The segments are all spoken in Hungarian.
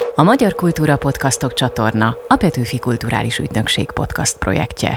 A Magyar Kultúra Podcastok csatorna a Petőfi Kulturális Ügynökség podcast projektje.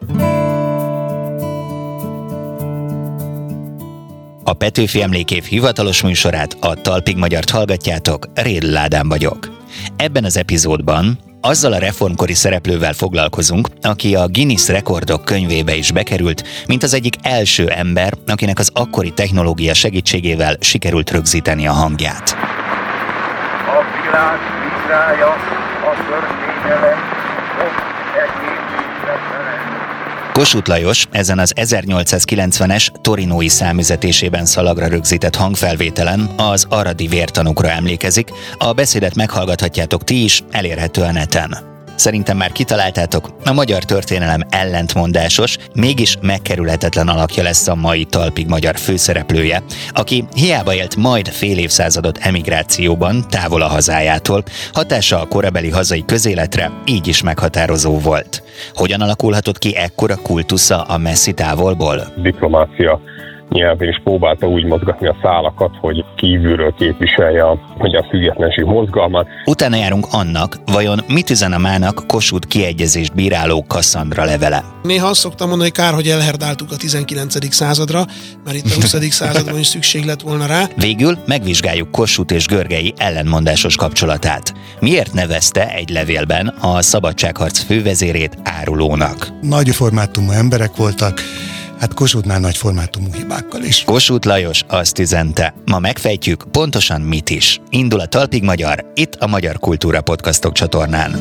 A Petőfi Emlékév hivatalos műsorát, a Talpig Magyart hallgatjátok, Rédl Ádám vagyok. Ebben az epizódban azzal a reformkori szereplővel foglalkozunk, aki a Guinness Rekordok könyvébe is bekerült, mint az egyik első ember, akinek az akkori technológia segítségével sikerült rögzíteni a hangját. A világ vizsgája, a történelem, sok egyéb ismeretlen. Kossuth Lajos ezen az 1890-es torinói számüzetésében szalagra rögzített hangfelvételen az aradi vértanúkra emlékezik, a beszédet meghallgathatjátok ti is, elérhető a neten. Szerintem már kitaláltátok, a magyar történelem ellentmondásos, mégis megkerülhetetlen alakja lesz a mai Talpig Magyar főszereplője, aki hiába élt majd fél évszázadot emigrációban, távol a hazájától, hatása a korabeli hazai közéletre így is meghatározó volt. Hogyan alakulhatott ki ekkora kultusza a messzi távolból? Diplomácia nyelvén is próbálta úgy mozgatni a szálakat, hogy kívülről képviselje a magyar függetlenség mozgalmat. Utána járunk annak, vajon mit üzen a mának Kossuth kiegyezést bíráló Kasszandra levele. Néha azt szoktam mondani, hogy kár, hogy elherdáltuk a 19. századra, mert itt a 20. században is szükség lett volna rá. Végül megvizsgáljuk Kossuth és Görgei ellentmondásos kapcsolatát. Miért nevezte egy levélben a szabadságharc fővezérét árulónak? Nagy formátumú emberek voltak, hát Kossuth-nál nagy formátumú hibákkal is. Kossuth Lajos azt üzente. Ma megfejtjük pontosan mit is. Indul a Talpig Magyar, itt a Magyar Kultúra Podcastok csatornán.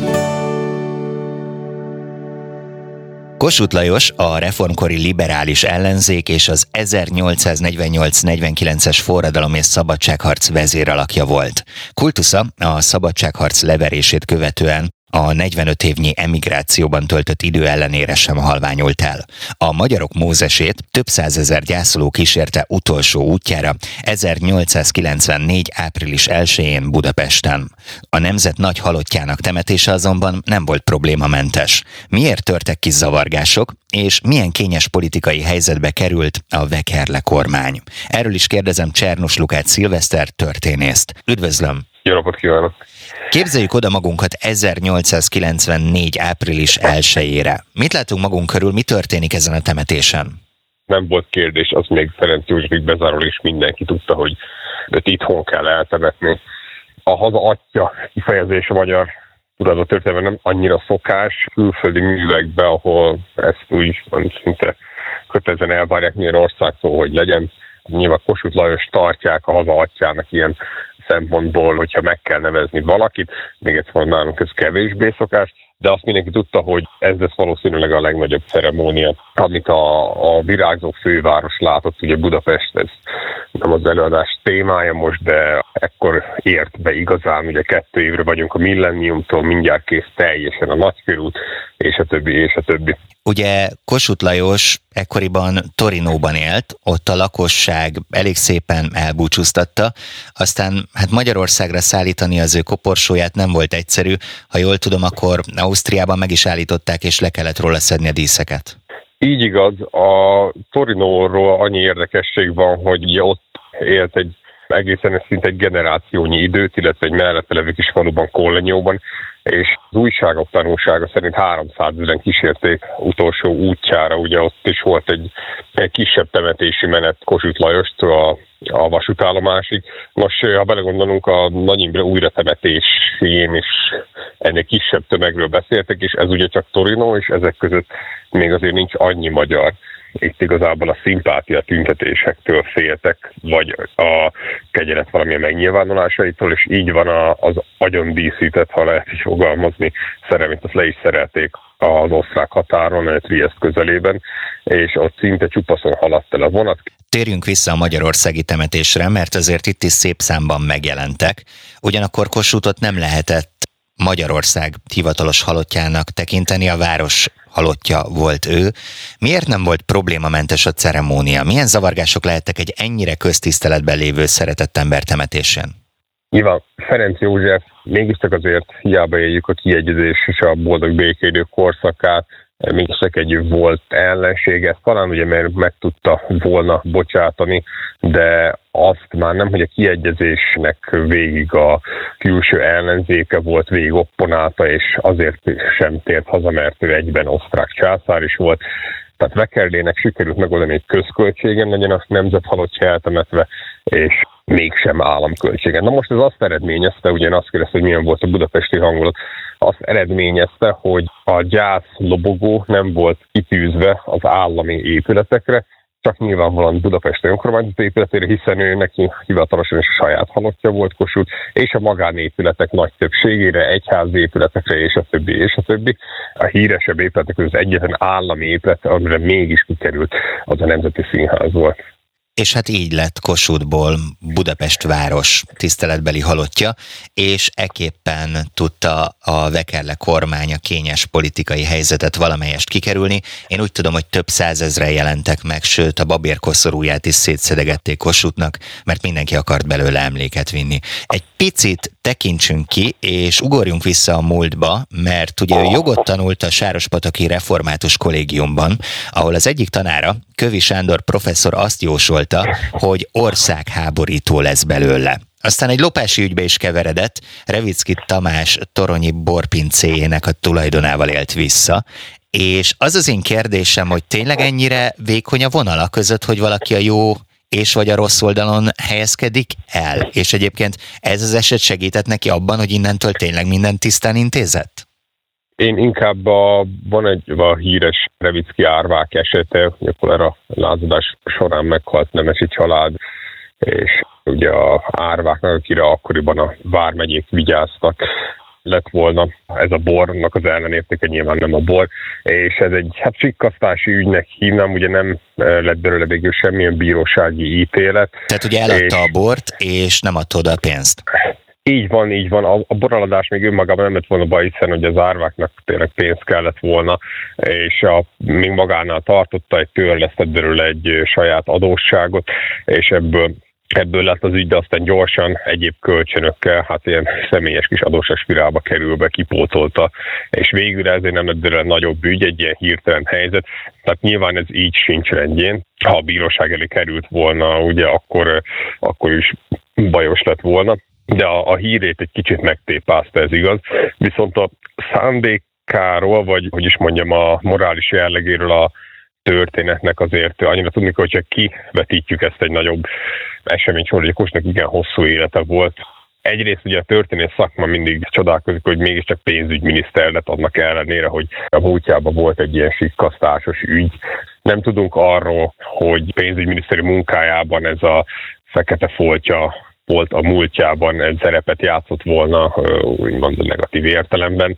Kossuth Lajos a reformkori liberális ellenzék és az 1848-49-es forradalom és szabadságharc vezéralakja volt. Kultusza a szabadságharc leverését követően a 45 évnyi emigrációban töltött idő ellenére sem halványult el. A magyarok Mózesét több százezer gyászoló kísérte utolsó útjára 1894. április 1-én Budapesten. A nemzet nagy halottjának temetése azonban nem volt problémamentes. Miért törtek ki zavargások, és milyen kényes politikai helyzetbe került a Vekerle kormány? Erről is kérdezem Csernus Lukát Szilveszter történészt. Üdvözlöm! Jó napot kívánok! Képzeljük oda magunkat 1894. április 1-ére. Mit látunk magunk körül, mi történik ezen a temetésen? Nem volt kérdés, az még Ferenc Józsefig bezáról is mindenki tudta, hogy őt itthon kell eltemetni. A haza atya kifejezés a magyar tudatban történelmen nem annyira szokás. Külföldi művekben, ahol ezt úgy szinte kötelezően elvárják minden országtól, hogy legyen. Nyilván Kossuth Lajos tartják a haza atyának ilyen szempontból, hogyha meg kell nevezni valakit, még egyszer mondanánk, ez kevésbé szokás, de azt mindenki tudta, hogy ez lesz valószínűleg a legnagyobb ceremónia, amit a virágzó főváros látott, ugye Budapest, ez nem az előadás témája most, de ekkor ért be igazán, ugye 2 évre vagyunk a millenniumtól, mindjárt kész teljesen a Nagykörút, és a többi, és a többi. Ugye Kossuth Lajos ekkoriban Torinóban élt, ott a lakosság elég szépen elbúcsúztatta, aztán hát Magyarországra szállítani az ő koporsóját nem volt egyszerű, ha jól tudom, akkor Ausztriában meg is állították, és le kellett róla szedni a díszeket. Így igaz, a Torinóról annyi érdekesség van, hogy ugye ott élt egy egészen szinte egy generációnyi időt, illetve egy mellette levő kis faluban, Kollenyóban, és az újságok tanúsága szerint 300 000 kísérték utolsó útjára, ugye ott is volt egy kisebb temetési menet Kossuth Lajostól a vasútállomásig. Most, ha belegondolunk, a Nagy Imre újratemetésén is ennél kisebb tömegről beszéltek, és ez ugye csak Torinó, és ezek között még azért nincs annyi magyar. Itt igazából a szimpátia tüntetésektől féltek, vagy a kegyelet valamilyen megnyilvánulásaitól, és így van az agyon díszített, ha lehet is fogalmazni, szerelmét, azt le is szerelték az osztrák határon, Triest közelében, és ott szinte csupaszon haladt el a vonat. Térjünk vissza a magyarországi temetésre, mert azért itt is szép számban megjelentek. Ugyanakkor Kossuthot nem lehetett Magyarország hivatalos halottjának tekinteni, a város halottja volt ő. Miért nem volt problémamentes a ceremónia? Milyen zavargások lehettek egy ennyire köztiszteletben lévő szeretett ember temetésén? Nyilván Ferenc József mégiscsak azért hiába éljük a kiegyezés és a boldog békélő korszakát, mégiscsak egy volt ellensége, ezt talán ugye meg tudta volna bocsátani, de azt már nem, hogy a kiegyezésnek végig a külső ellenzéke volt, végig opponálta, és azért sem tért haza, mert ő egyben osztrák császár is volt. Tehát Wekerlének sikerült megoldani, hogy közköltségen legyen a nemzethalottja eltemetve, és mégsem államköltségen. Na most ez azt eredményezte, ugyan azt kérdezte, hogy milyen volt a budapesti hangulat, azt eredményezte, hogy a gyász lobogó nem volt kitűzve az állami épületekre, csak nyilvánvalóan Budapesti önkormányzat épületére, hiszen ő neki hivatalosan is a saját halottja volt Kossuth, és a magánépületek nagy többségére, egyházi épületekre, és a többi, és a többi. A híresebb épületek közül az egyetlen állami épület, amire mégis kikerült, az a Nemzeti Színház volt. És hát így lett Kossuthból Budapest város tiszteletbeli halottja, és ekképpen tudta a Wekerle kormány a kényes politikai helyzetet valamelyest kikerülni. Én úgy tudom, hogy több százezren jelentek meg, sőt a babérkoszorúját is szétszedegették Kossuthnak, mert mindenki akart belőle emléket vinni. Egy picit tekintsünk ki, és ugorjunk vissza a múltba, mert ugye ő jogot tanult a Sárospataki Református Kollégiumban, ahol az egyik tanára, Kövi Sándor professzor azt jósolta, hogy országháborító lesz belőle. Aztán egy lopási ügybe is keveredett, Revicki Tamás toronyi borpincéjének a tulajdonával élt vissza, és az az én kérdésem, hogy tényleg ennyire vékony a vonala között, hogy valaki a jó és vagy a rossz oldalon helyezkedik el? És egyébként ez az eset segített neki abban, hogy innentől tényleg minden tisztán intézett? Én inkább van egy híres Revicki árvák esete, akkor erre a lázadás során meghalt nemesi család, és ugye a árváknak, akire akkoriban a vármegyék vigyáztak, lett volna ez a bornak az ellenértéke, nyilván nem a bor, és ez egy sikkasztási ügynek hívnám, ugye nem lett belőle végül semmilyen bírósági ítélet. Tehát ugye eladta a bort, és nem adta oda a pénzt. Így van. A boraladás még önmagában nem lett volna baj, hiszen hogy az árváknak tényleg pénz kellett volna, és még magánál tartotta, egy törlesztett belőle egy saját adósságot, és ebből lett az ügy, de aztán gyorsan egyéb kölcsönökkel, hát ilyen személyes kis adósságspirálba kerülve kipótolta, és végül ezért nem lett belőle nagyobb ügy, egy ilyen hirtelen helyzet. Tehát nyilván ez így sincs rendjén. Ha a bíróság elé került volna, ugye akkor is bajos lett volna. De a hírét egy kicsit megtépázta, ez igaz. Viszont a szándékáról, vagy hogy is mondjam, a morális jellegéről a történetnek azért annyira tudni, hogy csak kivetítjük ezt egy nagyobb eseménysorra, hogy Kossuthnak igen hosszú élete volt. Egyrészt ugye a történész szakma mindig csodálkozik, hogy mégiscsak pénzügyminiszter lett annak ellenére, hogy a múltjában volt egy ilyen sikkasztásos ügy. Nem tudunk arról, hogy pénzügyminiszteri munkájában ez a fekete foltja volt a múltjában, egy szerepet játszott volna, úgymond a negatív értelemben.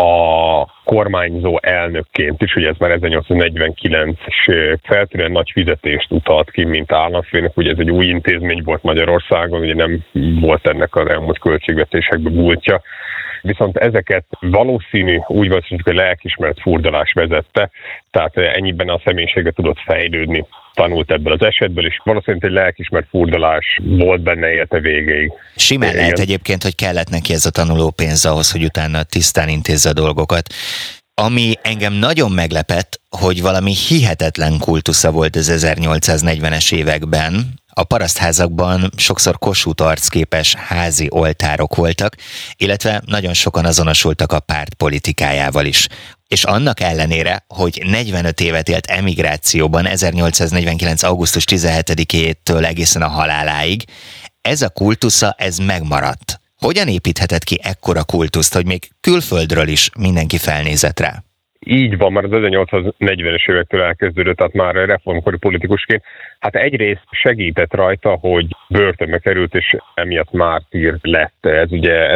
A kormányzó elnökként is, ugye ez már 1849, és feltűnően nagy fizetést utalt ki, mint államfőnök, ugye ez egy új intézmény volt Magyarországon, ugye nem volt ennek az elmúlt költségvetésekben múltja. Viszont ezeket valószínű, úgy valószínűleg, hogy lelkiismeret furdalás vezette, tehát ennyiben a személyisége tudott fejlődni, tanult ebből az esetből, és valószínűleg egy lelkiismert furdalás volt benne élete végéig. Simán lehet egyébként, hogy kellett neki ez a tanulópénz ahhoz, hogy utána tisztán intézze a dolgokat. Ami engem nagyon meglepett, hogy valami hihetetlen kultusza volt az 1840-es években. A parasztházakban sokszor Kossuth arcképes házi oltárok voltak, illetve nagyon sokan azonosultak a párt politikájával is. És annak ellenére, hogy 45 évet élt emigrációban 1849. augusztus 17-től egészen a haláláig, ez a kultusza, ez megmaradt. Hogyan építhetett ki ekkora kultuszt, hogy még külföldről is mindenki felnézett rá? Így van, már az 1840-es évektől elkezdődött, tehát már reformkori politikusként. Hát egyrészt segített rajta, hogy börtönbe került, és emiatt mártír lett. Ez ugye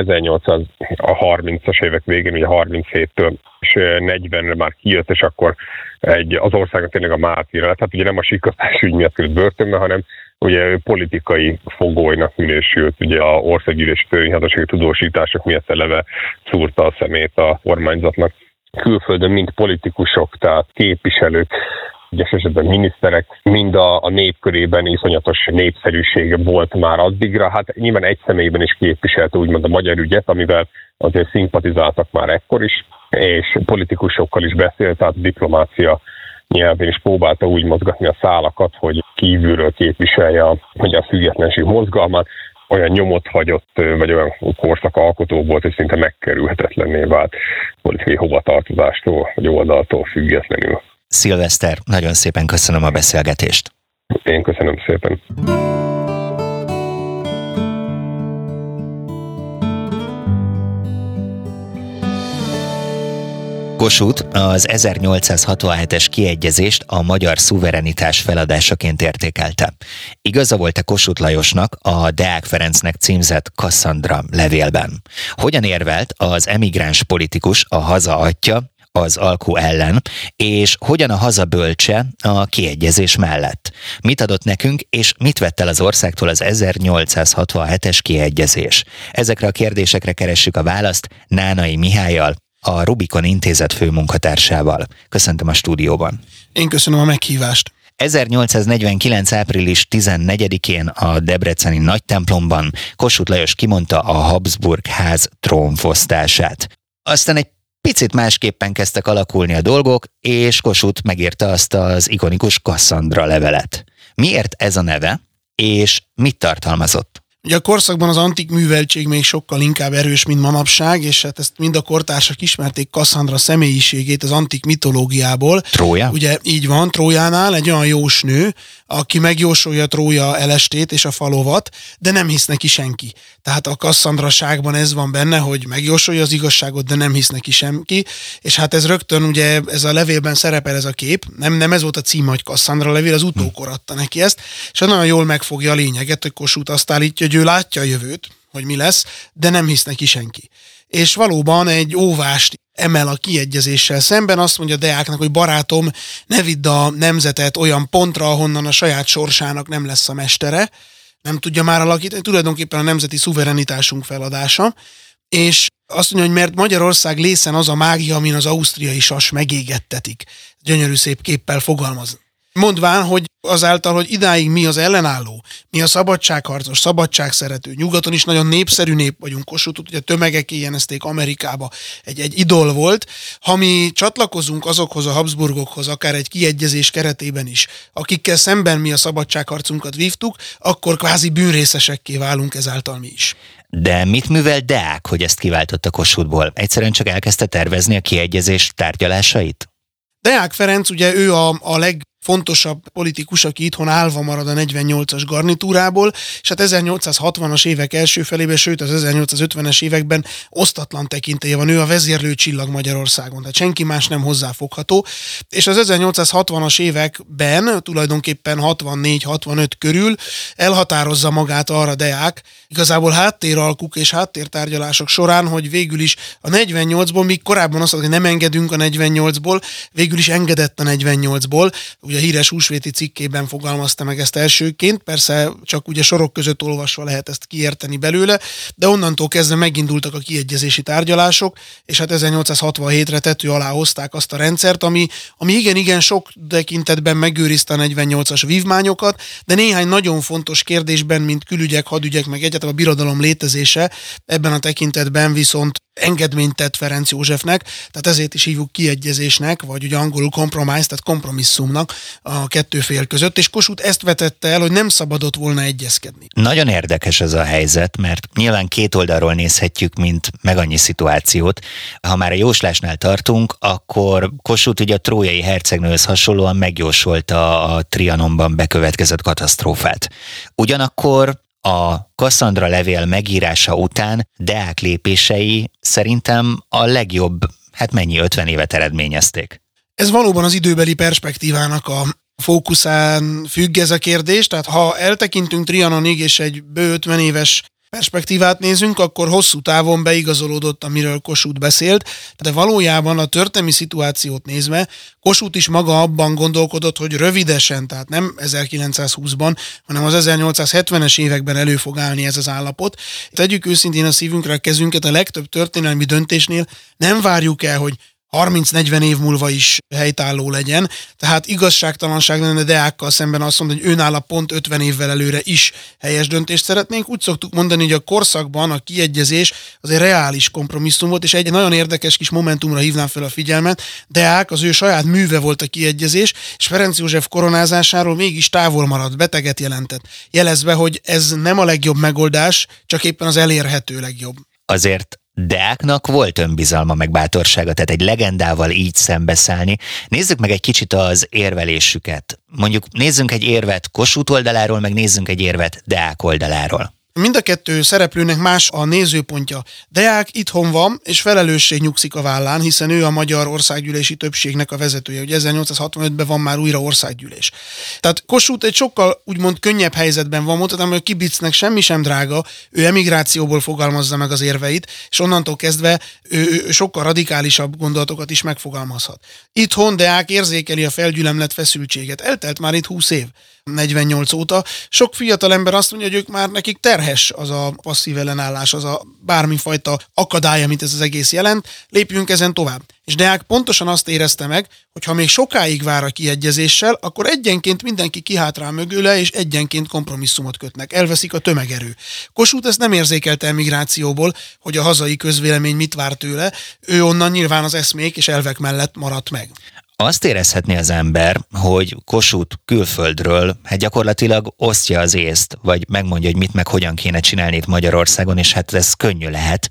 1830-as évek végén, ugye 37-től és 40-re már kijött, és akkor az országnak tényleg a mártír lett. Hát ugye nem a sikkasztás ügy miatt került börtönbe, hanem ugye politikai fogolynak minősült, ugye a országgyűlési törvényhatósági tudósítások miatt eleve szúrta a szemét a kormányzatnak. Külföldön mind politikusok, tehát képviselők, egyes esetben miniszterek, mind a nép körében iszonyatos népszerűsége volt már addigra. Hát nyilván egy személyben is képviselte úgymond a magyar ügyet, amivel azért szimpatizáltak már ekkor is, és politikusokkal is beszélt, tehát diplomácia nyelvén is próbálta úgy mozgatni a szálakat, hogy kívülről képviselje a függetlenség mozgalmát, olyan nyomot hagyott, vagy olyan korszakalkotó volt, hogy szinte megkerülhetetlenné vált politikai hovatartozástól, vagy oldaltól függetlenül. Szilveszter, nagyon szépen köszönöm a beszélgetést. Én köszönöm szépen. Kossuth az 1867-es kiegyezést a magyar szuverenitás feladásaként értékelte. Igaza volt-e Kossuth Lajosnak a Deák Ferencnek címzett Kasszandra levélben? Hogyan érvelt az emigráns politikus, a haza atya, az alkú ellen, és hogyan a haza bölcse a kiegyezés mellett? Mit adott nekünk, és mit vett el az országtól az 1867-es kiegyezés? Ezekre a kérdésekre keressük a választ Nánai Mihállyal, a Rubikon Intézet főmunkatársával. Köszöntöm a stúdióban. Én köszönöm a meghívást. 1849. április 14-én a debreceni nagytemplomban Kossuth Lajos kimondta a Habsburg ház trónfosztását. Aztán egy picit másképpen kezdtek alakulni a dolgok, és Kossuth megírta azt az ikonikus Kasszandra levelet. Miért ez a neve, és mit tartalmazott? Ugye a korszakban az antik műveltség még sokkal inkább erős, mint manapság, és hát ezt mind a kortársak ismerték Kasszandra személyiségét az antik mitológiából. Trója? Ugye így van, Trójánál egy olyan jósnő, aki megjósolja Trója elestét és a falovat, de nem hisz neki senki. Tehát a Kasszandraságban ez van benne, hogy megjósolja az igazságot, de nem hisz neki senki, és hát ez rögtön ugye ez a levélben szerepel ez a kép, nem ez volt a címe, hogy Kasszandra levél, az utókor adta neki ezt, és nagyon jól megfogja a lényeget, hogy Kossuth azt állítja, hogy ő látja a jövőt, hogy mi lesz, de nem hisz neki senki. És valóban egy óvást emel a kiegyezéssel szemben, azt mondja Deáknak, hogy barátom, ne vidd a nemzetet olyan pontra, ahonnan a saját sorsának nem lesz a mestere, nem tudja már alakítani, tulajdonképpen a nemzeti szuverenitásunk feladása, és azt mondja, hogy mert Magyarország lészen az a mágia, amin az ausztriai sas megégettetik. Gyönyörű szép képpel fogalmaz. Mondván, hogy azáltal, hogy idáig mi az ellenálló, mi a szabadságharcos, szabadságszerető, nyugaton is nagyon népszerű nép vagyunk, Kossuth, ugye tömegek éjjenezték Amerikába, egy idol volt. Ha mi csatlakozunk azokhoz a Habsburgokhoz, akár egy kiegyezés keretében is, akikkel szemben mi a szabadságharcunkat vívtuk, akkor kvázi bűnrészesekké válunk ezáltal mi is. De mit művelt Deák, hogy ezt kiváltotta Kossuthból? Egyszerűen csak elkezdte tervezni a kiegyezés tárgyalásait? Deák Ferenc, ugye ő a legfontosabb politikus, aki itthon állva marad a 48-as garnitúrából, és hát 1860-as évek első felében, sőt az 1850-es években osztatlan tekintélye van, ő a vezérlő csillag Magyarországon, tehát senki más nem hozzáfogható, és az 1860-as években, tulajdonképpen 64-65 körül elhatározza magát arra Deák, igazából háttéralkuk és háttértárgyalások során, hogy végül is a 48-ból, míg korábban azt mondta, hogy nem engedünk a 48-ból, végül is engedett a 48-ból, ugye a híres húsvéti cikkében fogalmazta meg ezt elsőként, persze csak ugye sorok között olvasva lehet ezt kiérteni belőle, de onnantól kezdve megindultak a kiegyezési tárgyalások, és hát 1867-re tető alá hozták azt a rendszert, ami igen sok tekintetben megőrizte a 48-as vívmányokat, de néhány nagyon fontos kérdésben, mint külügyek, hadügyek, meg egyáltalán a birodalom létezése, ebben a tekintetben viszont engedményt tett Ferenc Józsefnek, tehát ezért is hívjuk kiegyezésnek, vagy ugye angolul compromise, tehát kompromisszumnak a kettő fél között, és Kossuth ezt vetette el, hogy nem szabadott volna egyezkedni. Nagyon érdekes ez a helyzet, mert nyilván két oldalról nézhetjük, mint meg annyi szituációt. Ha már a jóslásnál tartunk, akkor Kossuth ugye a trójai hercegnőhöz hasonlóan megjósolta a Trianonban bekövetkezett katasztrófát. Ugyanakkor a Kasszandra levél megírása után Deák lépései szerintem a legjobb, 50 évet eredményezték. Ez valóban az időbeli perspektívának a fókuszán függ ez a kérdés, tehát ha eltekintünk Trianonig és egy bő 50 éves perspektívát nézünk, akkor hosszú távon beigazolódott, amiről Kossuth beszélt, de valójában a történelmi szituációt nézve Kossuth is maga abban gondolkodott, hogy rövidesen, tehát nem 1920-ban, hanem az 1870-es években elő fog állni ez az állapot. Tegyük őszintén a szívünkre a kezünket, a legtöbb történelmi döntésnél nem várjuk el, hogy 30-40 év múlva is helytálló legyen. Tehát igazságtalanság lenne Deákkal szemben azt mondani, hogy őnála pont 50 évvel előre is helyes döntést szeretnénk. Úgy szoktuk mondani, hogy a korszakban a kiegyezés az egy reális kompromisszum volt, és egy nagyon érdekes kis momentumra hívnám fel a figyelmet. Deák, az ő saját műve volt a kiegyezés, és Ferenc József koronázásáról mégis távol maradt, beteget jelentett, jelezve, hogy ez nem a legjobb megoldás, csak éppen az elérhető legjobb. Azért Deáknak volt önbizalma meg bátorsága, tehát egy legendával így szembeszállni. Nézzük meg egy kicsit az érvelésüket. Mondjuk nézzünk egy érvet Kossuth oldaláról, meg nézzünk egy érvet Deák oldaláról. Mind a kettő szereplőnek más a nézőpontja. Deák itthon van, és felelősség nyugszik a vállán, hiszen ő a magyar országgyűlési többségnek a vezetője. Ugye 1865-ben van már újra országgyűlés. Tehát Kossuth egy sokkal úgymond könnyebb helyzetben van, mondhatom, hogy Kibicnek semmi sem drága, ő emigrációból fogalmazza meg az érveit, és onnantól kezdve ő sokkal radikálisabb gondolatokat is megfogalmazhat. Itthon Deák érzékeli a felgyülemlett feszültséget. Eltelt már itt 20 év. 48 óta. Sok fiatal ember azt mondja, hogy ők már nekik terhes az a passzív ellenállás, az a bármifajta akadály, amit ez az egész jelent, lépjünk ezen tovább. És Deák pontosan azt érezte meg, hogy ha még sokáig vár a kiegyezéssel, akkor egyenként mindenki kihátrál mögőle, és egyenként kompromisszumot kötnek. Elveszik a tömegerő. Kossuth ezt nem érzékelte emigrációból, hogy a hazai közvélemény mit vár tőle, ő onnan nyilván az eszmék és elvek mellett maradt meg. Azt érezhetné az ember, hogy Kossuth külföldről gyakorlatilag osztja az észt, vagy megmondja, hogy mit meg hogyan kéne csinálni itt Magyarországon, és hát ez könnyű lehet,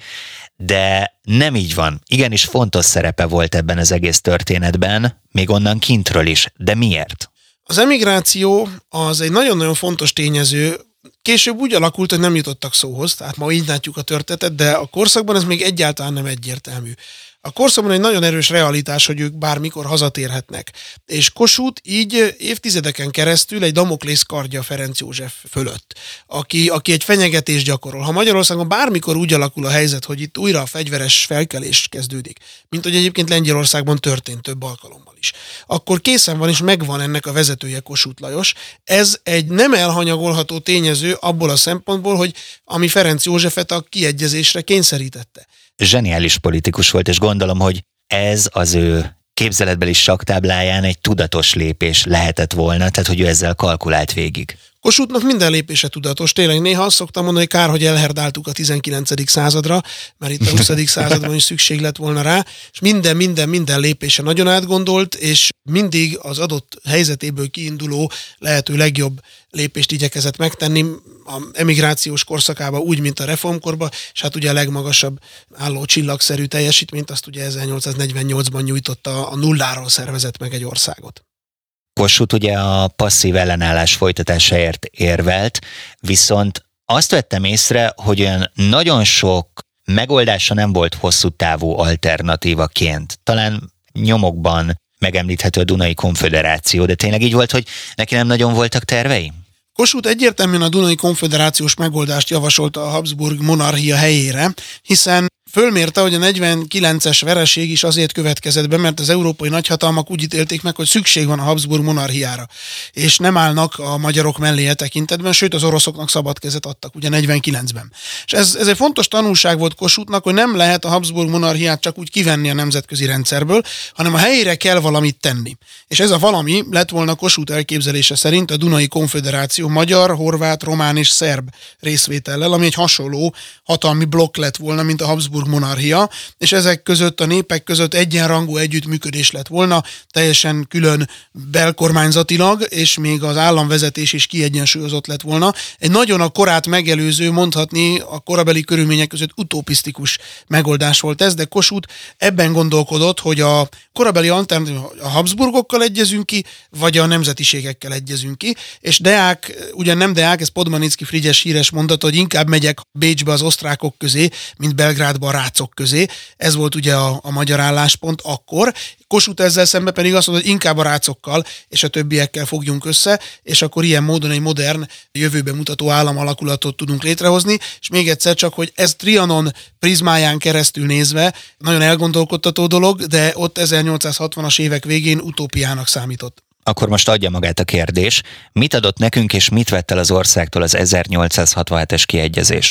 de nem így van. Igenis fontos szerepe volt ebben az egész történetben, még onnan kintről is. De miért? Az emigráció az egy nagyon-nagyon fontos tényező. Később úgy alakult, hogy nem jutottak szóhoz, tehát ma így látjuk a történetet, de a korszakban ez még egyáltalán nem egyértelmű. A korszakban egy nagyon erős realitás, hogy ők bármikor hazatérhetnek. És Kossuth így évtizedeken keresztül egy Damoklész kardja Ferenc József fölött, aki egy fenyegetést gyakorol. Ha Magyarországon bármikor úgy alakul a helyzet, hogy itt újra a fegyveres felkelés kezdődik, mint hogy egyébként Lengyelországban történt több alkalommal is, akkor készen van és megvan ennek a vezetője, Kossuth Lajos. Ez egy nem elhanyagolható tényező abból a szempontból, hogy ami Ferenc Józsefet a kiegyezésre kényszerítette. Zseniális politikus volt, és gondolom, hogy ez az ő képzeletbeli sakktábláján egy tudatos lépés lehetett volna, tehát hogy ő ezzel kalkulált végig. Kossuthnak minden lépése tudatos. Tényleg néha azt szoktam mondani, hogy kár, hogy elherdáltuk a 19. századra, mert itt a 20. században is szükség lett volna rá, és minden lépése nagyon átgondolt, és mindig az adott helyzetéből kiinduló lehető legjobb lépést igyekezett megtenni a emigrációs korszakában úgy, mint a reformkorban, és hát ugye a legmagasabb álló csillagszerű teljesítményt azt ugye 1848-ban nyújtotta, a nulláról szervezett meg egy országot. Kossuth ugye a passzív ellenállás folytatásáért érvelt, viszont azt vettem észre, hogy olyan nagyon sok megoldása nem volt hosszú távú alternatívaként. Talán nyomokban megemlíthető a Dunai Konföderáció, de tényleg így volt, hogy neki nem nagyon voltak tervei? Kossuth egyértelműen a Dunai Konföderációs megoldást javasolta a Habsburg monarchia helyére, hiszen fölmérte, hogy a 49-es vereség is azért következett be, mert az európai nagyhatalmak úgy ítélték meg, hogy szükség van a Habsburg monarchiára, és nem állnak a magyarok mellé tekintetben, sőt az oroszoknak szabad kezet adtak, ugye 49-ben. És ez egy fontos tanulság volt Kossuthnak, hogy nem lehet a Habsburg monarchiát csak úgy kivenni a nemzetközi rendszerből, hanem a helyére kell valamit tenni. És ez a valami lett volna Kossuth elképzelése szerint a Dunai Konföderáció magyar, horvát, román és szerb részvétellel, ami egy hasonló hatalmi blokk lett volna, mint a Habsburg monarchia, és ezek között a népek között egyenrangú együttműködés lett volna, teljesen külön belkormányzatilag, és még az államvezetés is kiegyensúlyozott lett volna. Egy nagyon a korát megelőző, mondhatni a korabeli körülmények között utopisztikus megoldás volt ez, de Kossuth ebben gondolkodott, hogy a korabeli alternatíva, a Habsburgokkal egyezünk ki, vagy a nemzetiségekkel egyezünk ki, és Deák, ugyan nem Deák, ez Podmanicki Frigyes híres mondata, hogy inkább megyek Bécsbe az osztrákok közé, mint Belgrádba a rácok közé. Ez volt ugye a magyar álláspont akkor. Kossuth ezzel szemben pedig azt mondta, hogy inkább a rácokkal és a többiekkel fogjunk össze, és akkor ilyen módon egy modern, jövőbe mutató államalakulatot tudunk létrehozni, és még egyszer csak, hogy ez Trianon prizmáján keresztül nézve nagyon elgondolkodtató dolog, de ott 1860-as évek végén utópiának számított. Akkor most adja magát a kérdés, mit adott nekünk és mit vett el az országtól az 1867-es kiegyezés?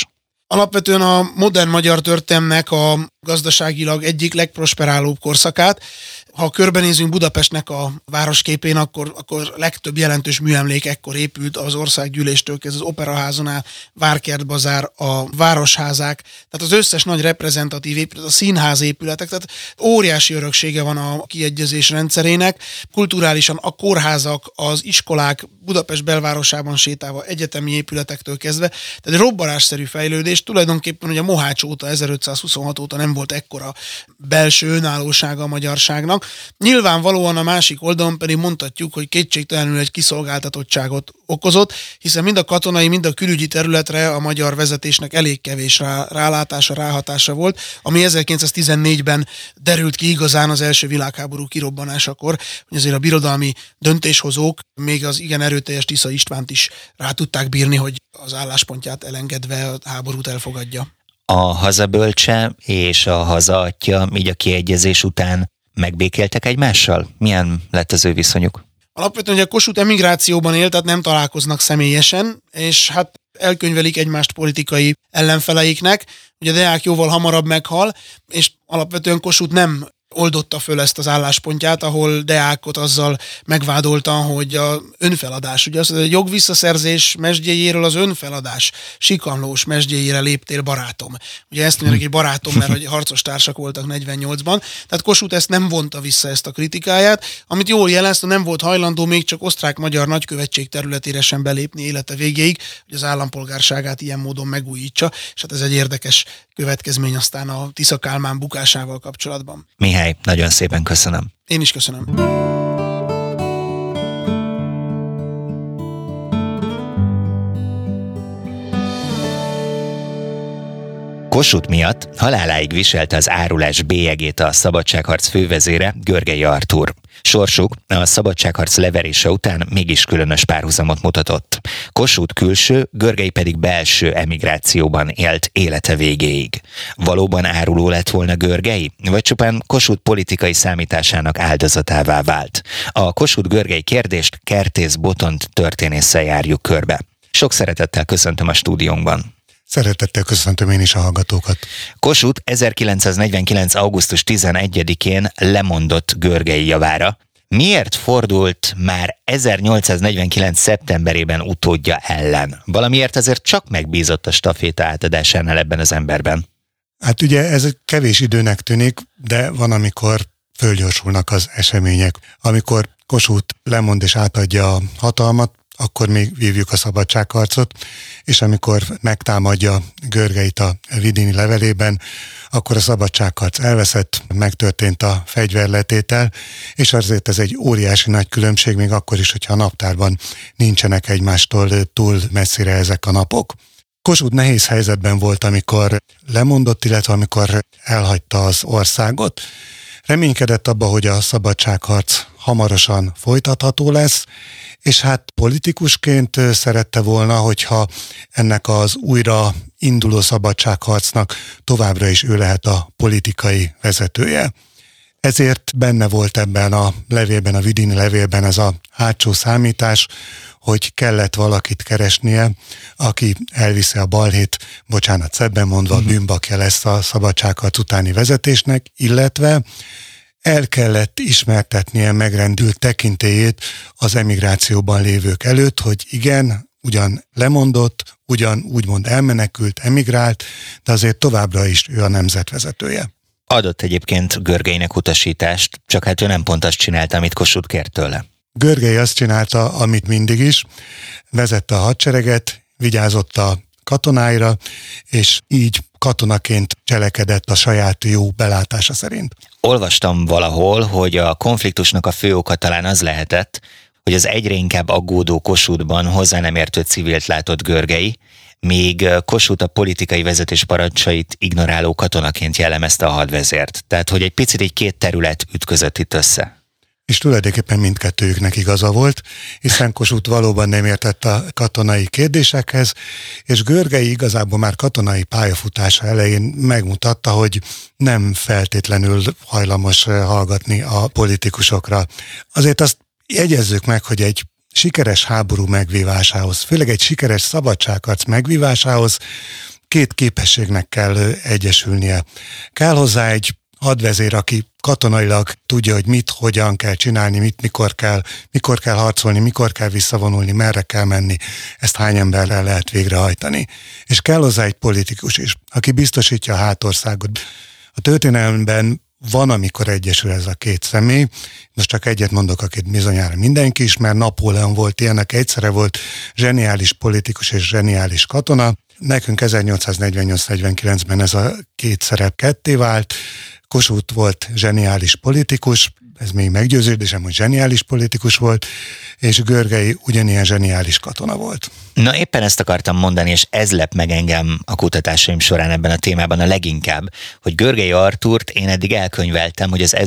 Alapvetően a modern magyar történelmnek a gazdaságilag egyik legprosperálóbb korszakát. Ha körbenézünk Budapestnek a városképén, akkor legtöbb jelentős műemlék ekkor épült az Országgyűléstől kezdve az Operaházon át, Várkertbazár, a városházák, tehát az összes nagy reprezentatív épület, a színház épületek, tehát óriási öröksége van a kiegyezés rendszerének. Kulturálisan a kórházak, az iskolák, Budapest belvárosában sétálva, egyetemi épületektől kezdve, tehát egy robbanásszerű fejlődés. Tulajdonképpen ugye Mohács óta, 1526 óta nem volt ekkora belső önállósága a magyarságnak. Nyilvánvalóan a másik oldalon pedig mondhatjuk, hogy kétségtelenül egy kiszolgáltatottságot okozott, hiszen mind a katonai, mind a külügyi területre a magyar vezetésnek elég kevés rálátása, ráhatása volt, ami 1914-ben derült ki igazán az első világháború kirobbanásakor, hogy azért a birodalmi döntéshozók még az igen erőteljes Tisza Istvánt is rá tudták bírni, hogy az álláspontját elengedve a háborút elfogadja. A hazabölcse és a hazaatya így a kiegyezés után megbékéltek egymással? Milyen lett az ő viszonyuk? Alapvetően ugye Kossuth emigrációban élt, tehát nem találkoznak személyesen, és hát elkönyvelik egymást politikai ellenfeleiknek. Ugye Deák jóval hamarabb meghal, és alapvetően Kossuth nem oldotta föl ezt az álláspontját, ahol Deákot azzal megvádolta, hogy a önfeladás, ugye az a jogvisszaszerzés mesdjéjéről az önfeladás, sikamlós mesdjéjére léptél, barátom. Ugye ezt mondják, hogy barátom, mert hogy harcos társak voltak 48-ban. Tehát Kossuth ezt nem vonta vissza, ezt a kritikáját, amit jól jelez, nem volt hajlandó még csak osztrák-magyar nagykövetség területére sem belépni élete végéig, hogy az állampolgárságát ilyen módon megújítsa, és hát ez egy érdekes következmény aztán a Tisza-Kálmán bukásával kapcsolatban. Mihály, nagyon szépen köszönöm. Én is köszönöm. Kossuth miatt haláláig viselte az árulás bélyegét a szabadságharc fővezére, Görgei Artúr. Sorsuk a szabadságharc leverése után mégis különös párhuzamot mutatott. Kossuth külső, Görgei pedig belső emigrációban élt élete végéig. Valóban áruló lett volna Görgei, vagy csupán Kossuth politikai számításának áldozatává vált? A Kossuth-Görgei kérdést Kertész Botont történésszel járjuk körbe. Sok szeretettel köszöntöm a stúdiónkban. Szeretettel köszöntöm én is a hallgatókat. Kossuth 1949. augusztus 11-én lemondott Görgei javára. Miért fordult már 1849. szeptemberében utódja ellen? Valamiért azért csak megbízott a staféta átadásánál ebben az emberben. Hát ugye ez kevés időnek tűnik, de van, amikor fölgyorsulnak az események. Amikor Kossuth lemond és átadja a hatalmat, akkor még vívjuk a szabadságharcot, és amikor megtámadja Görgeit a Vidini levelében, akkor a szabadságharc elveszett, megtörtént a fegyverletétel, és azért ez egy óriási nagy különbség, még akkor is, hogyha a naptárban nincsenek egymástól túl messzire ezek a napok. Kossuth nehéz helyzetben volt, amikor lemondott, illetve amikor elhagyta az országot. Reménykedett abba, hogy a szabadságharc hamarosan folytatható lesz, és hát politikusként szerette volna, hogyha ennek az újra induló szabadságharcnak továbbra is ő lehet a politikai vezetője. Ezért benne volt ebben a levélben, a Vidini levélben ez a hátsó számítás, hogy kellett valakit keresnie, aki elviszi a balhét, bocsánat, szebben mondva, bűnbakja lesz a szabadságharc utáni vezetésnek, illetve el kellett ismertetnie megrendült tekintélyét az emigrációban lévők előtt, hogy igen, ugyan lemondott, ugyan úgymond elmenekült, emigrált, de azért továbbra is ő a nemzetvezetője. Adott egyébként Görgeinek utasítást, csak hát ő nem pont azt csinálta, amit Kossuth kért tőle. Görgei azt csinálta, amit mindig is, vezette a hadsereget, vigyázott a katonáira, és így katonaként cselekedett a saját jó belátása szerint. Olvastam valahol, hogy a konfliktusnak a fő oka talán az lehetett, hogy az egyre inkább aggódó Kossuthban hozzá nem értő civilt látott Görgei, míg Kossuth a politikai vezetés parancsait ignoráló katonaként jellemezte a hadvezért. Tehát, hogy egy picit így két terület ütközött itt össze. És tulajdonképpen mindkettőjüknek igaza volt, hiszen Kossuth valóban nem értett a katonai kérdésekhez, és Görgei igazából már katonai pályafutása elején megmutatta, hogy nem feltétlenül hajlamos hallgatni a politikusokra. Azért azt jegyezzük meg, hogy egy sikeres háború megvívásához, főleg egy sikeres szabadságharc megvívásához két képességnek kell egyesülnie. Kell hozzá egy hadvezér, aki katonailag tudja, hogy mit, hogyan kell csinálni, mikor kell harcolni, mikor kell visszavonulni, merre kell menni, ezt hány emberrel lehet végrehajtani. És kell hozzá egy politikus is, aki biztosítja a hátországot. A történelemben van, amikor egyesül ez a két személy. Most csak egyet mondok, akit bizonyára mindenki ismer. Napóleon volt ilyen, aki egyszerre volt zseniális politikus és zseniális katona. Nekünk 1848-49-ben ez a két szerep ketté vált. Kossuth volt zseniális politikus, ez még meggyőződésem, hogy zseniális politikus volt, és Görgei ugyanilyen zseniális katona volt. Na éppen ezt akartam mondani, és ez lep meg engem a kutatásaim során ebben a témában a leginkább, hogy Görgei Artúrt én eddig elkönyveltem, hogy az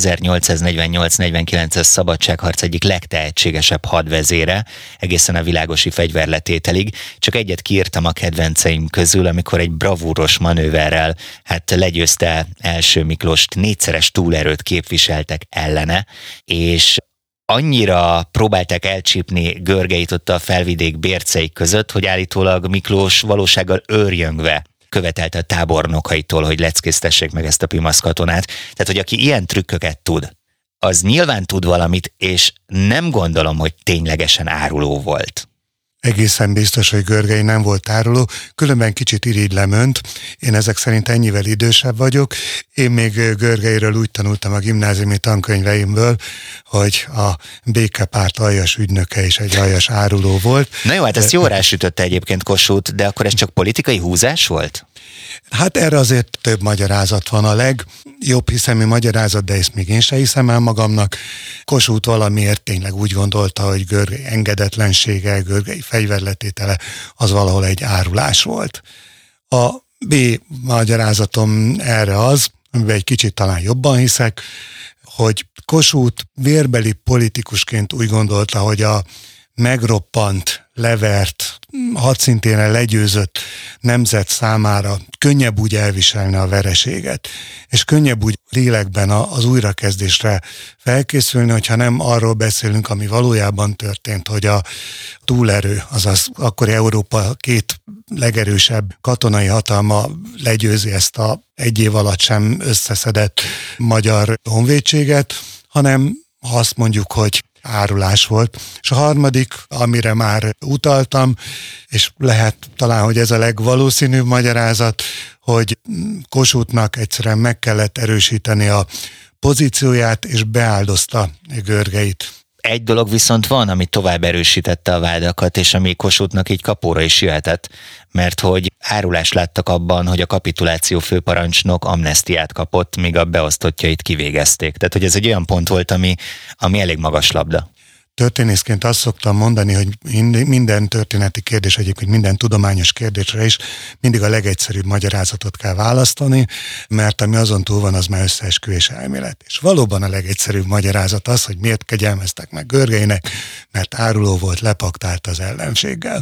1848-49-es szabadságharc egyik legtehetségesebb hadvezére, egészen a világosi fegyverletételig. Csak egyet kiírtam a kedvenceim közül, amikor egy bravúros manőverrel legyőzte Első Miklóst, 4-szeres túlerőt képviseltek ellene, és annyira próbálták elcsípni Görgeit ott a felvidék bérceik között, hogy állítólag Miklós valósággal őrjöngve követelte a tábornokaitól, hogy leckéztessék meg ezt a pimasz katonát. Tehát, hogy aki ilyen trükköket tud, az nyilván tud valamit, és nem gondolom, hogy ténylegesen áruló volt. Egészen biztos, hogy Görgei nem volt áruló, különben kicsit irigylem önt. Én ezek szerint ennyivel idősebb vagyok. Én még Görgeiről úgy tanultam a gimnáziumi tankönyveimből, hogy a békepárt aljas ügynöke és egy aljas áruló volt. Na jó, hát ezt jól rásütötte egyébként Kossuth, de akkor ez csak politikai húzás volt? Hát erre azért több magyarázat van. A legjobb hiszemű magyarázat, de ezt még én se hiszem el magamnak. Kossuth valamiért tényleg úgy gondolta, hogy Görgei engedetlensége, Görgei fegyverletétele az valahol egy árulás volt. A B magyarázatom erre az, amiben egy kicsit talán jobban hiszek, hogy Kossuth vérbeli politikusként úgy gondolta, hogy a megroppant, levert, hadszintén legyőzött nemzet számára könnyebb úgy elviselni a vereséget, és könnyebb úgy lélekben az újrakezdésre felkészülni, hogyha nem arról beszélünk, ami valójában történt, hogy a túlerő, azaz akkori Európa két legerősebb katonai hatalma legyőzi ezt a egy év alatt sem összeszedett magyar honvédséget, hanem azt mondjuk, hogy árulás volt. És a harmadik, amire már utaltam, és lehet talán, hogy ez a legvalószínűbb magyarázat, hogy Kossuthnak egyszerűen meg kellett erősíteni a pozícióját, és beáldozta Görgeit. Egy dolog viszont van, ami tovább erősítette a vádakat, és ami Kossuthnak így kapóra is jöhetett, mert hogy árulást láttak abban, hogy a kapituláció főparancsnok amnesztiát kapott, míg a beosztottjait kivégezték. Tehát, hogy ez egy olyan pont volt, ami elég magas labda. Történészként azt szoktam mondani, hogy minden történeti kérdés, egyébként minden tudományos kérdésre is mindig a legegyszerűbb magyarázatot kell választani, mert ami azon túl van, az már összeesküvés elmélet. És valóban a legegyszerűbb magyarázat az, hogy miért kegyelmeztek meg Görgeinek, mert áruló volt, lepaktált az ellenséggel.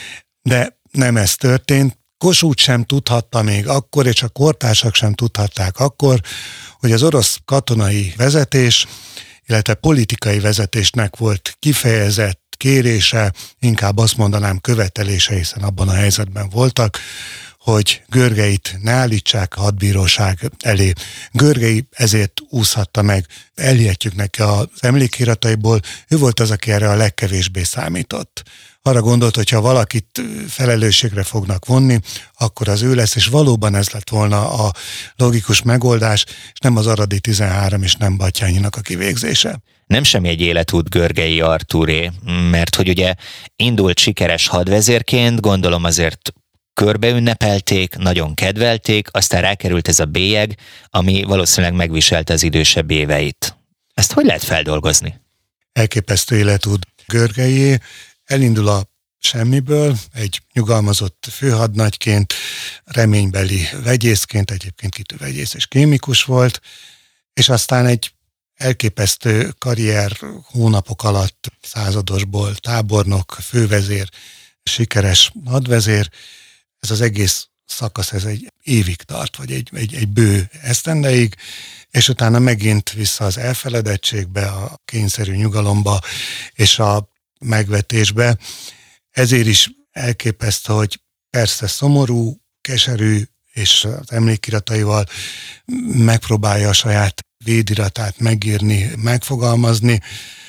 De nem ez történt. Kossuth sem tudhatta még akkor, és a kortársak sem tudhatták akkor, hogy az orosz katonai vezetés, illetve politikai vezetésnek volt kifejezett kérése, inkább azt mondanám követelése, hiszen abban a helyzetben voltak, hogy Görgeit ne állítsák a hadbíróság elé. Görgei ezért úszhatta meg. Elhihetjük neki az emlékirataiból, ő volt az, aki erre a legkevésbé számított. Arra gondolt, hogy ha valakit felelősségre fognak vonni, akkor az ő lesz, és valóban ez lett volna a logikus megoldás, és nem az Aradi 13 és nem Batthyányinak a kivégzése. Nem semmi egy életút Görgei Artúré, mert hogy ugye indult sikeres hadvezérként, gondolom azért körbeünnepelték, nagyon kedvelték, aztán rákerült ez a bélyeg, ami valószínűleg megviselte az idősebb éveit. Ezt hogy lehet feldolgozni? Elképesztő életút Görgeié. Elindul a semmiből, egy nyugalmazott főhadnagyként, reménybeli vegyészként, egyébként kitű vegyész és kémikus volt, és aztán egy elképesztő karrier hónapok alatt századosból tábornok, fővezér, sikeres hadvezér. Ez az egész szakasz, ez egy évig tart, vagy egy bő esztendeig, és utána megint vissza az elfeledettségbe, a kényszerű nyugalomba és a megvetésbe. Ezért is elképesztő, hogy persze szomorú, keserű és az emlékirataival megpróbálja a saját védiratát megírni, megfogalmazni,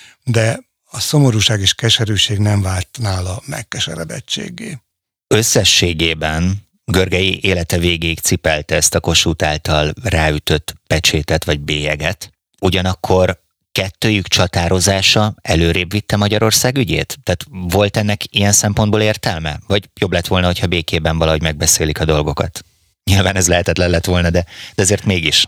de a szomorúság és keserűség nem vált nála megkeseredettséggé. Összességében Görgei élete végéig cipelte ezt a Kossuth által ráütött pecsétet vagy bélyeget, ugyanakkor kettőjük csatározása előrébb vitte Magyarország ügyét? Tehát volt ennek ilyen szempontból értelme? Vagy jobb lett volna, hogyha békében valahogy megbeszélik a dolgokat? Nyilván ez lehetetlen lett volna, de ezért mégis.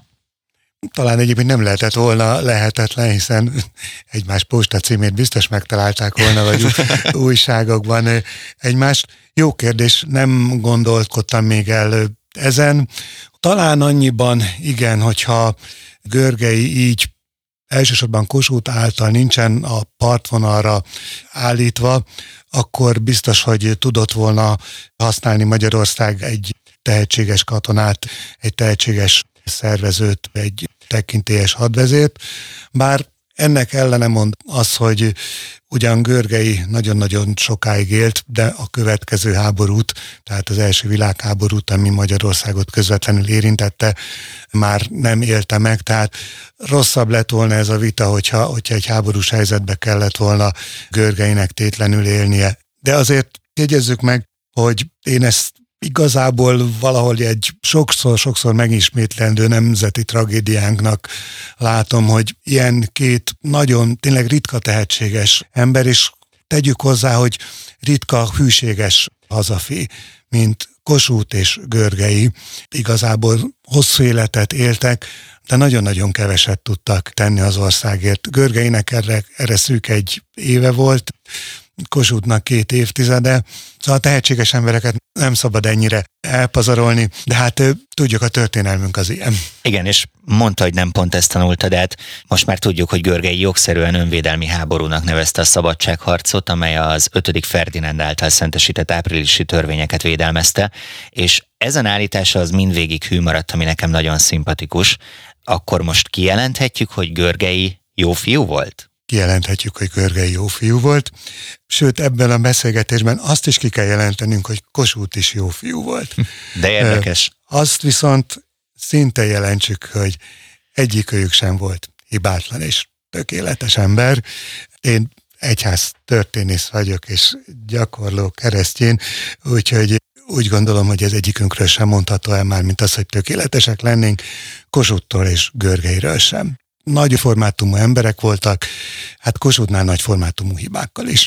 Talán egyébként nem lehetett volna lehetetlen, hiszen egymás postacímét biztos megtalálták volna, vagy újságokban egymást. Jó kérdés, nem gondolkodtam még el ezen. Talán annyiban igen, hogyha Görgei így elsősorban Kossuth által nincsen a partvonalra állítva, akkor biztos, hogy tudott volna használni Magyarország egy tehetséges katonát, egy tehetséges szervezőt, egy tekintélyes hadvezért, bár ennek ellene mond az, hogy ugyan Görgei nagyon-nagyon sokáig élt, de a következő háborút, tehát az első világháborút, ami Magyarországot közvetlenül érintette, már nem élte meg, tehát rosszabb lett volna ez a vita, hogyha egy háborús helyzetbe kellett volna Görgeinek tétlenül élnie. De azért jegyezzük meg, hogy én ezt igazából valahogy egy sokszor megismétlendő nemzeti tragédiánknak látom, hogy ilyen két nagyon tényleg ritka tehetséges ember, és tegyük hozzá, hogy ritka hűséges hazafi, mint Kossuth és Görgei. Igazából hosszú életet éltek, de nagyon-nagyon keveset tudtak tenni az országért. Görgeinek erre szűk egy éve volt, Kossuthnak 2 évtizede, szóval a tehetséges embereket nem szabad ennyire elpazarolni, de hát tudjuk, a történelmünk az ilyen. Igen, és mondta, hogy nem pont ezt tanulta, de hát most már tudjuk, hogy Görgei jogszerűen önvédelmi háborúnak nevezte a szabadságharcot, amely az 5. Ferdinánd által szentesített áprilisi törvényeket védelmezte, és ezen állítása az mindvégig hű maradt, ami nekem nagyon szimpatikus. Akkor most kijelenthetjük, hogy Görgei jó fiú volt? Kijelenthetjük, hogy Görgei jó fiú volt, sőt ebben a beszélgetésben azt is ki kell jelentenünk, hogy Kossuth is jó fiú volt. De érdekes. Azt viszont szinte jelentsük, hogy egyikőjük sem volt hibátlan és tökéletes ember. Én egyház történész vagyok, és gyakorló keresztény, úgyhogy úgy gondolom, hogy ez egyikünkről sem mondható el már, mint az, hogy tökéletesek lennénk, Kossuhtól és Görgeiről sem. Nagy formátumú emberek voltak, hát Kossuthnál nagy formátumú hibákkal is.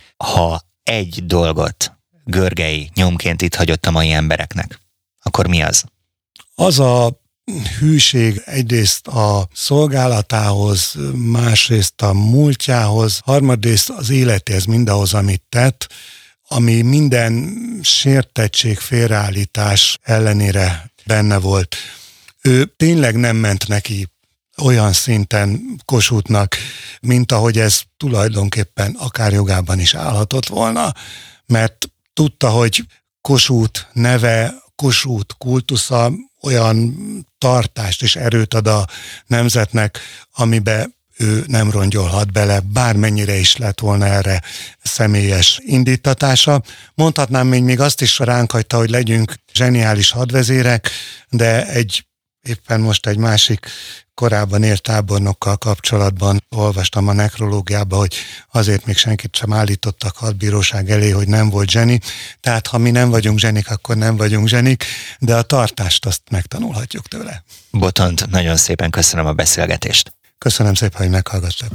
Ha egy dolgot Görgei nyomként itt hagyott a mai embereknek, akkor mi az? Az a hűség egyrészt a szolgálatához, másrészt a múltjához, harmadrészt az életéhez, mindahhoz, amit tett, ami minden sértettség, félreállítás ellenére benne volt. Ő tényleg nem ment neki olyan szinten Kossuthnak, mint ahogy ez tulajdonképpen akár jogában is állhatott volna, mert tudta, hogy Kossuth neve, Kossuth kultusza olyan tartást és erőt ad a nemzetnek, amibe ő nem rongyolhat bele, bármennyire is lett volna erre személyes indítatása. Mondhatnám még azt is ránk hagyta, hogy legyünk zseniális hadvezérek, de éppen most egy másik korábban élt tábornokkal kapcsolatban olvastam a nekrológiába, hogy azért még senkit sem állítottak hadbíróság elé, hogy nem volt zseni. Tehát ha mi nem vagyunk zsenik, akkor nem vagyunk zsenik, de a tartást azt megtanulhatjuk tőle. Botont, nagyon szépen köszönöm a beszélgetést. Köszönöm szépen, hogy meghallgattak.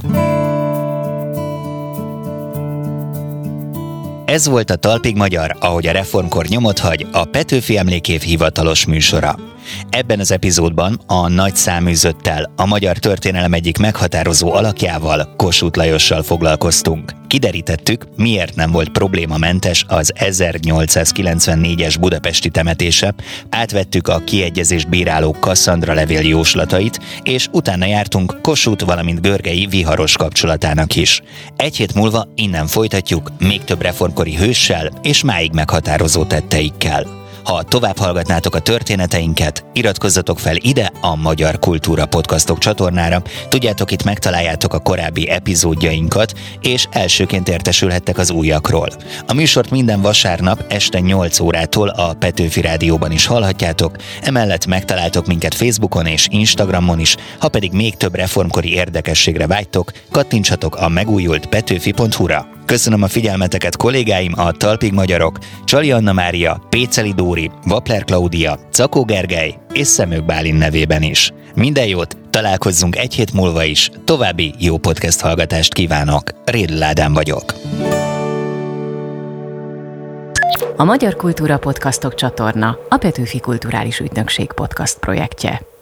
Ez volt a Talpig Magyar, ahogy a reformkor nyomot hagy, a Petőfi Emlékév hivatalos műsora. Ebben az epizódban a nagy száműzöttel, a magyar történelem egyik meghatározó alakjával, Kossuth Lajossal foglalkoztunk. Kiderítettük, miért nem volt problémamentes az 1894-es budapesti temetése, átvettük a kiegyezést bíráló Kasszandra levél jóslatait, és utána jártunk Kossuth, valamint Görgei viharos kapcsolatának is. Egy hét múlva innen folytatjuk még több reformkori hőssel és máig meghatározó tetteikkel. Ha tovább hallgatnátok a történeteinket, iratkozzatok fel ide a Magyar Kultúra Podcastok csatornára. Tudjátok, itt megtaláljátok a korábbi epizódjainkat, és elsőként értesülhettek az újakról. A műsort minden vasárnap este 8 órától a Petőfi Rádióban is hallhatjátok, emellett megtaláltok minket Facebookon és Instagramon is, ha pedig még több reformkori érdekességre vágytok, kattintsatok a megújult petőfi.hu-ra. Köszönöm a figyelmeteket kollégáim, a Talpig Magyarok, Csali Anna Mária, Péceli Dóri, Vapler Klaudia, Cakó Gergely és Szemők Bálint nevében is. Minden jót, találkozzunk egy hét múlva is, további jó podcast hallgatást kívánok. Rédl Ádám vagyok. A Magyar Kultúra Podcastok csatorna a Petőfi Kulturális Ügynökség podcast projektje.